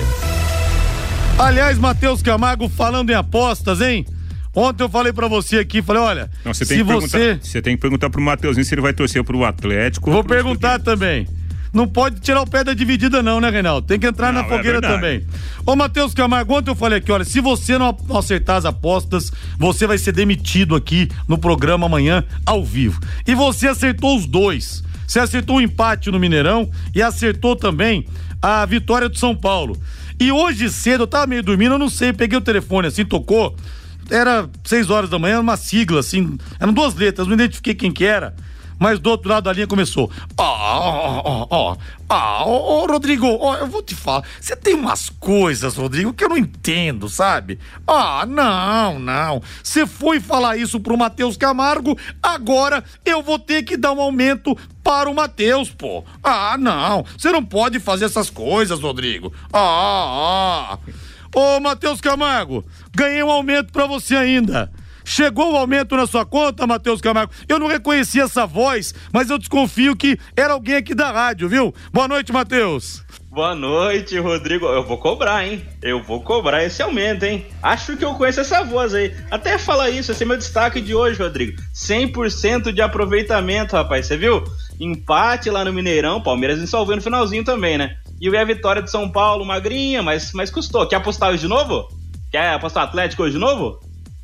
Aliás, Matheus Camargo, falando em apostas, hein? Ontem eu falei pra você aqui, falei, olha, Não, você se tem que você... Você tem que perguntar pro Mateuzinho se ele vai torcer pro Atlético. Vou ou pro perguntar também. Não pode tirar o pé da dividida não, né, Reinaldo? Tem que entrar Não, na fogueira é também. Ô, Matheus Camargo, ontem eu falei aqui, olha, se você não acertar as apostas, você vai ser demitido aqui no programa amanhã, ao vivo. E você acertou os dois. Você acertou o empate no Mineirão e acertou também a vitória do São Paulo. E hoje cedo, eu tava meio dormindo, eu não sei, peguei o telefone assim, tocou, era seis horas da manhã, uma sigla assim, eram duas letras, não identifiquei quem que era. Mas do outro lado da linha começou. Ó, ó, ó, ó, ó, Rodrigo, ó, eu vou te falar. Você tem umas coisas, Rodrigo, que eu não entendo, sabe? Ah, não, não. Você foi falar isso pro Matheus Camargo, agora eu vou ter que dar um aumento para o Matheus, pô. Ah, não. Você não pode fazer essas coisas, Rodrigo. Ah, ah. Ô, Matheus Camargo, ganhei um aumento pra você ainda. Chegou o aumento na sua conta, Matheus Camargo? Eu não reconheci essa voz, mas eu desconfio que era alguém aqui da rádio, viu? Boa noite, Matheus. Boa noite, Rodrigo. Eu vou cobrar, hein? Eu vou cobrar esse aumento, hein? Acho que eu conheço essa voz aí. Até falar isso, esse é meu destaque de hoje, Rodrigo. cem por cento de aproveitamento, rapaz. Você viu? Empate lá no Mineirão, Palmeiras insolveu no finalzinho também, né? E a vitória de São Paulo, magrinha, mas, mas custou. Quer apostar hoje de novo? Quer apostar Atlético hoje de novo?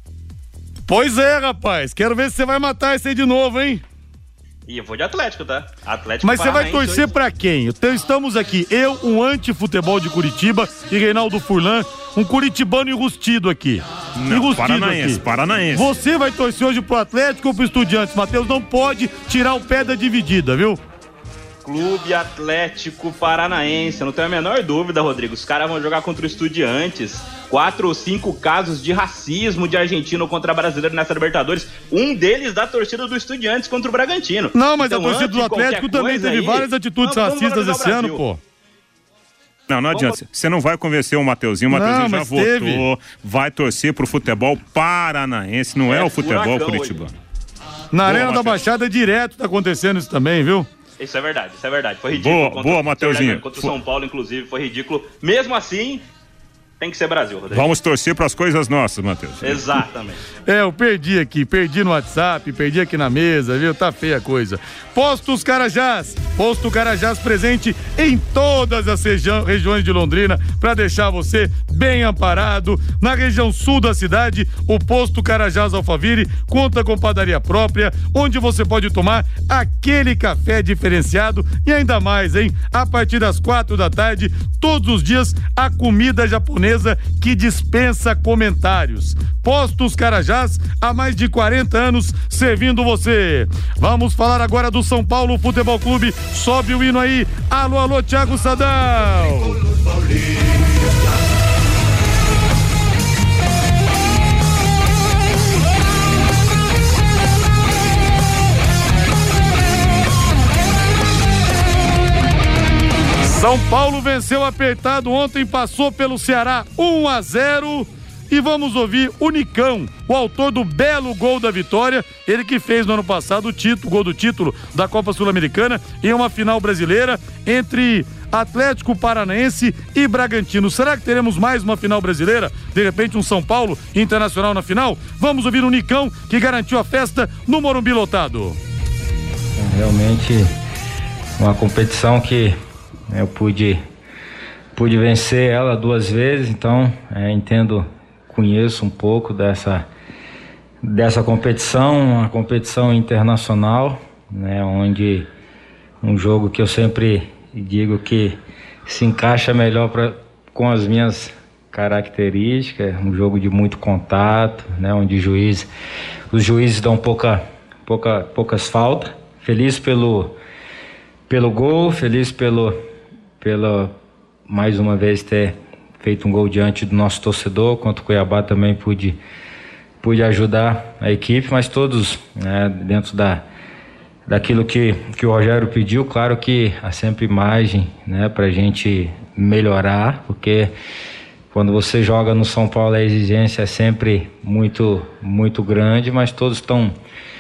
Pois é, rapaz. Quero ver se você vai matar esse aí de novo, hein? E eu vou de Atlético, tá? Atlético. Mas você vai torcer hoje pra quem? Então estamos aqui, eu, um anti-futebol de Curitiba, e Reinaldo Furlan, um curitibano enrustido aqui. Não, enrustido paranaense, aqui. paranaense. Você vai torcer hoje pro Atlético ou pro Estudiantes? Matheus, não pode tirar o pé da dividida, viu? Clube Atlético Paranaense, não tenho a menor dúvida, Rodrigo. Os caras vão jogar contra o Estudiantes. Quatro ou cinco casos de racismo de argentino contra brasileiro nessa Libertadores. Um deles da torcida do Estudiantes contra o Bragantino. Não, mas então, a torcida do Atlético também teve aí, várias atitudes não, racistas esse ano, pô. Não, não adianta. Você não vai convencer o Mateuzinho. O Mateuzinho já votou. Teve. Vai torcer pro futebol paranaense, não é, é o futebol curitibano. Na Boa, Arena Mateus. da Baixada direto tá acontecendo isso também, viu? Isso é verdade, isso é verdade. Foi ridículo. Boa, contra, boa, Mateuzinho. Contra o São Paulo, inclusive, foi ridículo. Mesmo assim, tem que ser Brasil, Rodrigo. Vamos torcer para as coisas nossas, Matheus. Exatamente. É, eu perdi aqui, perdi no WhatsApp, perdi aqui na mesa, viu? Tá feia a coisa. Postos Carajás, Posto Carajás presente em todas as região, regiões de Londrina para deixar você bem amparado. Na região sul da cidade, o Posto Carajás Alphaville conta com padaria própria, onde você pode tomar aquele café diferenciado e ainda mais, hein? A partir das quatro da tarde, todos os dias, a comida japonesa que dispensa comentários. Postos Carajás, há mais de quarenta anos servindo você. Vamos falar agora do São Paulo Futebol Clube. Sobe o hino aí. Alô, alô, Thiago Sadal. São Paulo venceu apertado ontem, passou pelo Ceará um a zero. E vamos ouvir o Nicão, o autor do belo gol da vitória, ele que fez no ano passado o título, gol do título da Copa Sul-Americana em uma final brasileira entre Atlético Paranaense e Bragantino. Será que teremos mais uma final brasileira? De repente um São Paulo Internacional na final? Vamos ouvir o Nicão, que garantiu a festa no Morumbi lotado. Realmente uma competição que eu pude, pude vencer ela duas vezes, então é, entendo... Conheço um pouco dessa, dessa competição, uma competição internacional, né, onde um jogo que eu sempre digo que se encaixa melhor pra, com as minhas características, um jogo de muito contato, né, onde juiz, os juízes dão pouca, pouca, poucas faltas. Feliz pelo, pelo gol, feliz pelo, pelo mais uma vez ter feito um gol diante do nosso torcedor. Contra o Cuiabá também pude, pude ajudar a equipe, mas todos, né, dentro da, daquilo que, que o Rogério pediu. Claro que há sempre margem, né, para a gente melhorar, porque quando você joga no São Paulo a exigência é sempre muito, muito grande, mas todos estão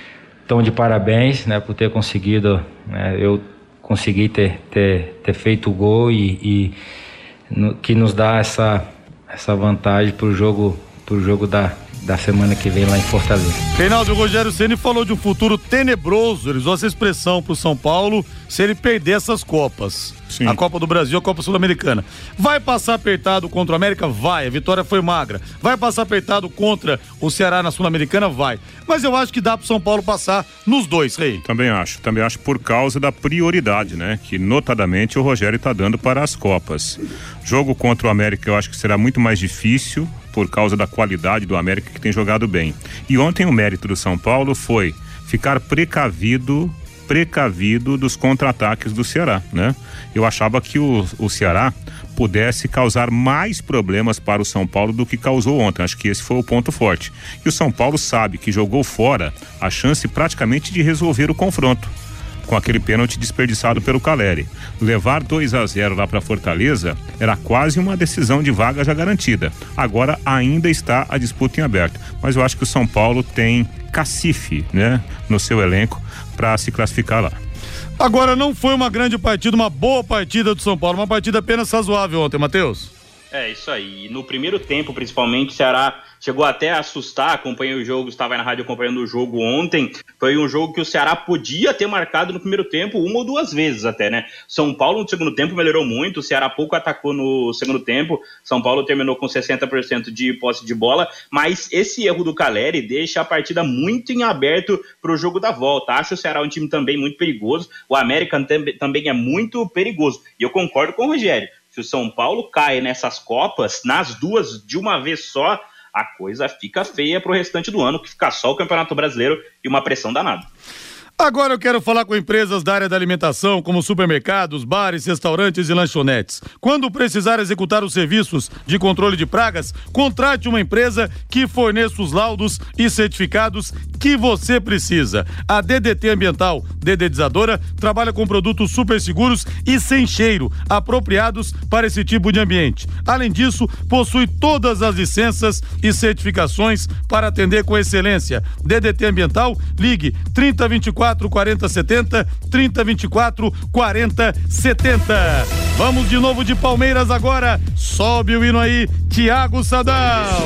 tão de parabéns, né, por ter conseguido, né, eu consegui ter, ter, ter feito o gol e, e no, que nos dá essa, essa vantagem para o jogo, pro jogo da, da semana que vem lá em Fortaleza. Reinaldo, o Rogério Ceni falou de um futuro tenebroso, ele usou essa expressão para o São Paulo se ele perder essas Copas. Sim. A Copa do Brasil, a Copa Sul-Americana. Vai passar apertado contra o América? Vai, a vitória foi magra. Vai passar apertado contra o Ceará na Sul-Americana? Vai. Mas eu acho que dá pro São Paulo passar nos dois, Rei. Também acho, também acho por causa da prioridade, né? Que notadamente o Rogério tá dando para as Copas. Jogo contra o América eu acho que será muito mais difícil por causa da qualidade do América, que tem jogado bem. E ontem o mérito do São Paulo foi ficar precavido precavido dos contra-ataques do Ceará, né? Eu achava que o, o Ceará pudesse causar mais problemas para o São Paulo do que causou ontem. Acho que esse foi o ponto forte. E o São Paulo sabe que jogou fora a chance praticamente de resolver o confronto, com aquele pênalti desperdiçado pelo Caleri. Levar dois a zero lá para Fortaleza era quase uma decisão de vaga já garantida. Agora ainda está a disputa em aberto. Mas eu acho que o São Paulo tem cacife, né, no seu elenco para se classificar lá. Agora não foi uma grande partida, uma boa partida do São Paulo, uma partida apenas razoável ontem, Matheus. É, isso aí. No primeiro tempo, principalmente, o Ceará chegou até a assustar. Acompanhei o jogo, estava aí na rádio acompanhando o jogo ontem. Foi um jogo que o Ceará podia ter marcado no primeiro tempo, uma ou duas vezes até, né? São Paulo no segundo tempo melhorou muito, o Ceará pouco atacou no segundo tempo. São Paulo terminou com sessenta por cento de posse de bola, mas esse erro do Caleri deixa a partida muito em aberto para o jogo da volta. Acho o Ceará um time também muito perigoso, o América também é muito perigoso. E eu concordo com o Rogério. Se o São Paulo cai nessas Copas, nas duas de uma vez só, a coisa fica feia pro restante do ano, que fica só o Campeonato Brasileiro e uma pressão danada. Agora eu quero falar com empresas da área da alimentação, como supermercados, bares, restaurantes e lanchonetes. Quando precisar executar os serviços de controle de pragas, contrate uma empresa que forneça os laudos e certificados que você precisa. A D D T Ambiental Dedetizadora trabalha com produtos super seguros e sem cheiro, apropriados para esse tipo de ambiente. Além disso, possui todas as licenças e certificações para atender com excelência. D D T Ambiental, ligue trinta, vinte e quatro, quarenta, setenta, trinta, vinte e quatro, quarenta, setenta. Vamos de novo de Palmeiras agora. Sobe o hino aí, Thiago Sadal.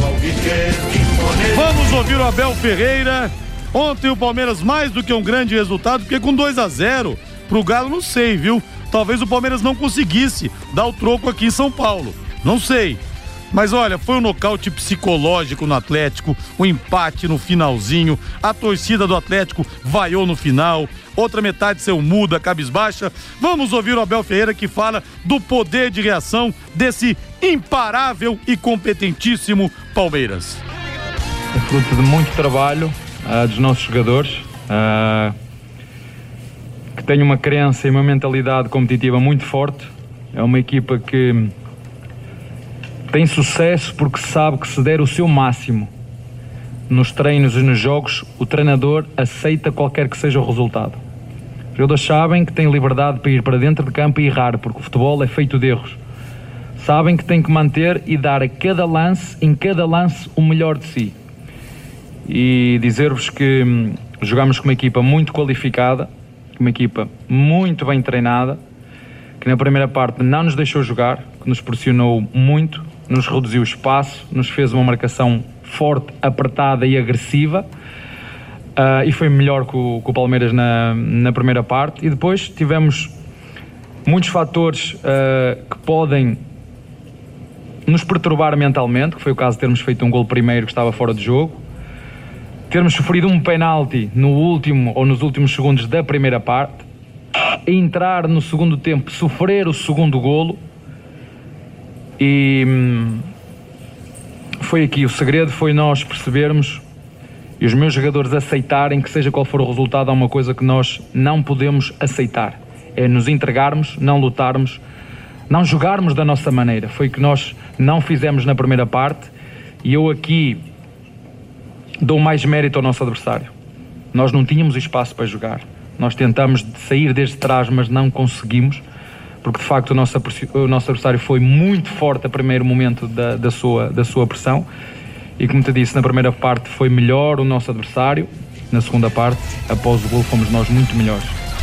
Vamos ouvir o Abel Ferreira. Ontem o Palmeiras mais do que um grande resultado, porque com dois a zero pro Galo, não sei, viu? Talvez o Palmeiras não conseguisse dar o troco aqui em São Paulo. Não sei. Mas olha, foi um nocaute psicológico no Atlético, um empate no finalzinho, a torcida do Atlético vaiou no final, outra metade saiu muda, cabisbaixa. Vamos ouvir o Abel Ferreira, que fala do poder de reação desse imparável e competentíssimo Palmeiras. É fruto de muito trabalho uh, dos nossos jogadores, uh, que têm uma crença e uma mentalidade competitiva muito forte. É uma equipa que tem sucesso porque sabe que se der o seu máximo nos treinos e nos jogos, o treinador aceita qualquer que seja o resultado. jogadores sabem que têm liberdade para ir para dentro de campo e errar, porque o futebol é feito de erros. Sabem que têm que manter e dar a cada lance, em cada lance, o melhor de si. E dizer-vos que hum, jogamos com uma equipa muito qualificada, uma equipa muito bem treinada, que na primeira parte não nos deixou jogar, que nos pressionou muito, nos reduziu o espaço, nos fez uma marcação forte, apertada e agressiva, uh, e foi melhor que o, que o Palmeiras na, na primeira parte. E depois tivemos muitos fatores uh, que podem nos perturbar mentalmente, que foi o caso de termos feito um gol primeiro que estava fora de jogo, termos sofrido um penalti no último ou nos últimos segundos da primeira parte, entrar no segundo tempo, sofrer o segundo golo. E hum, foi aqui o segredo, foi nós percebermos e os meus jogadores aceitarem que, seja qual for o resultado, há uma coisa que nós não podemos aceitar, é nos entregarmos, não lutarmos, não jogarmos da nossa maneira. Foi o que nós não fizemos na primeira parte, e eu aqui dou mais mérito ao nosso adversário. Nós não tínhamos espaço para jogar, nós tentamos sair desde trás, mas não conseguimos, porque de facto o nosso, o nosso adversário foi muito forte a primeiro momento da, da, sua, da sua pressão, e como te disse, na primeira parte foi melhor o nosso adversário, na segunda parte, após o gol, fomos nós muito melhores.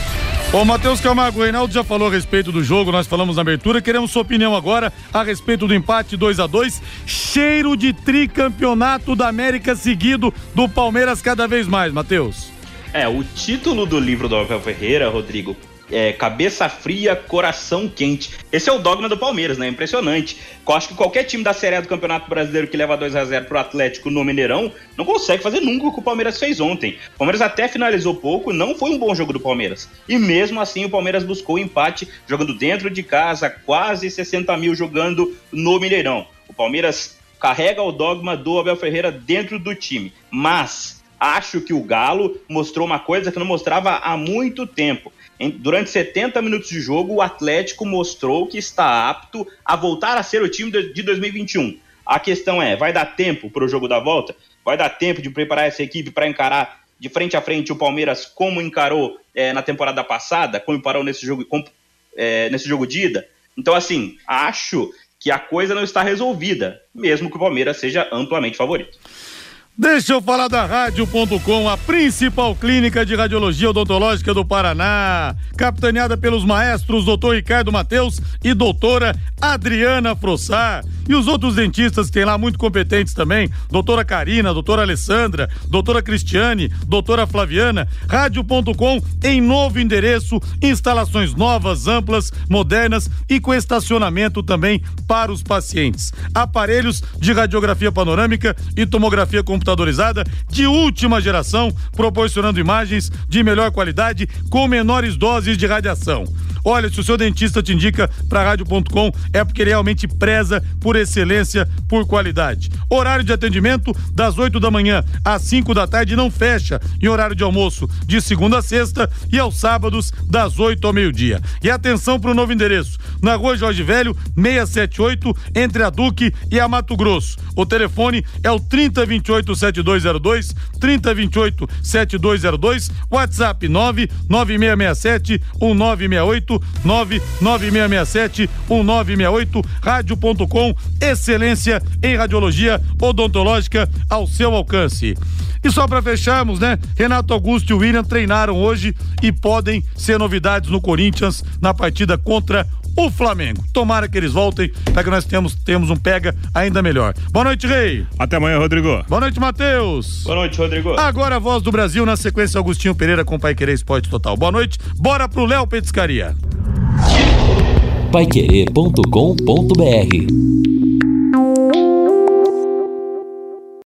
Ô, Matheus Camargo, o Reinaldo já falou a respeito do jogo, nós falamos na abertura, queremos sua opinião agora a respeito do empate dois a dois, cheiro de tricampeonato da América seguido do Palmeiras cada vez mais, Matheus. É, o título do livro do Abel Ferreira, Rodrigo, é Cabeça Fria, Coração Quente. Esse é o dogma do Palmeiras, né? Impressionante. Eu acho que qualquer time da Série A do Campeonato Brasileiro que leva dois a zero pro Atlético no Mineirão não consegue fazer nunca o que o Palmeiras fez ontem. O Palmeiras até finalizou pouco, não foi um bom jogo do Palmeiras. E mesmo assim o Palmeiras buscou o empate jogando dentro de casa, quase sessenta mil jogando no Mineirão. O Palmeiras carrega o dogma do Abel Ferreira dentro do time. Mas acho que o Galo mostrou uma coisa que não mostrava há muito tempo. Durante setenta minutos de jogo, o Atlético mostrou que está apto a voltar a ser o time de dois mil e vinte e um. A questão é, vai dar tempo para o jogo da volta? Vai dar tempo de preparar essa equipe para encarar de frente a frente o Palmeiras como encarou é, na temporada passada, como encarou nesse jogo, como, é, nesse jogo de ida? Então, assim, acho que a coisa não está resolvida, mesmo que o Palmeiras seja amplamente favorito. Deixa eu falar da Rádio ponto com, a principal clínica de radiologia odontológica do Paraná, capitaneada pelos maestros doutor Ricardo Mateus e doutora Adriana Frossar, e os outros dentistas que tem lá muito competentes também, doutora Karina, doutora Alessandra, doutora Cristiane, doutora Flaviana. Rádio ponto com em novo endereço, instalações novas, amplas, modernas e com estacionamento também para os pacientes. Aparelhos de radiografia panorâmica e tomografia computadorizada de última geração, proporcionando imagens de melhor qualidade com menores doses de radiação. Olha, se o seu dentista te indica para Rádio ponto com, é porque ele realmente preza por excelência, por qualidade. Horário de atendimento das oito da manhã às cinco da tarde, não fecha em horário de almoço de segunda a sexta, e aos sábados das oito ao meio-dia. E atenção para o novo endereço, na Rua Jorge Velho, seiscentos e setenta e oito, entre a Duque e a Mato Grosso. O telefone é o trinta, vinte e oito, setenta e dois zero dois, trinta, vinte e oito, setenta e dois zero dois, WhatsApp nove nove seis seis sete, um nove seis oito, nove nove seis seis sete, um nove seis oito. Rádio ponto com, excelência em radiologia odontológica ao seu alcance. E só para fecharmos, né? Renato Augusto e o William treinaram hoje e podem ser novidades no Corinthians na partida contra o Flamengo. Tomara que eles voltem para que nós temos, temos um pega ainda melhor. Boa noite, Rei. Até amanhã, Rodrigo. Boa noite, Matheus. Boa noite, Rodrigo. Agora a Voz do Brasil, na sequência Augustinho Pereira com Paiquerê Esporte Total. Boa noite. Bora pro Léo Petiscaria. paiquerê ponto com ponto br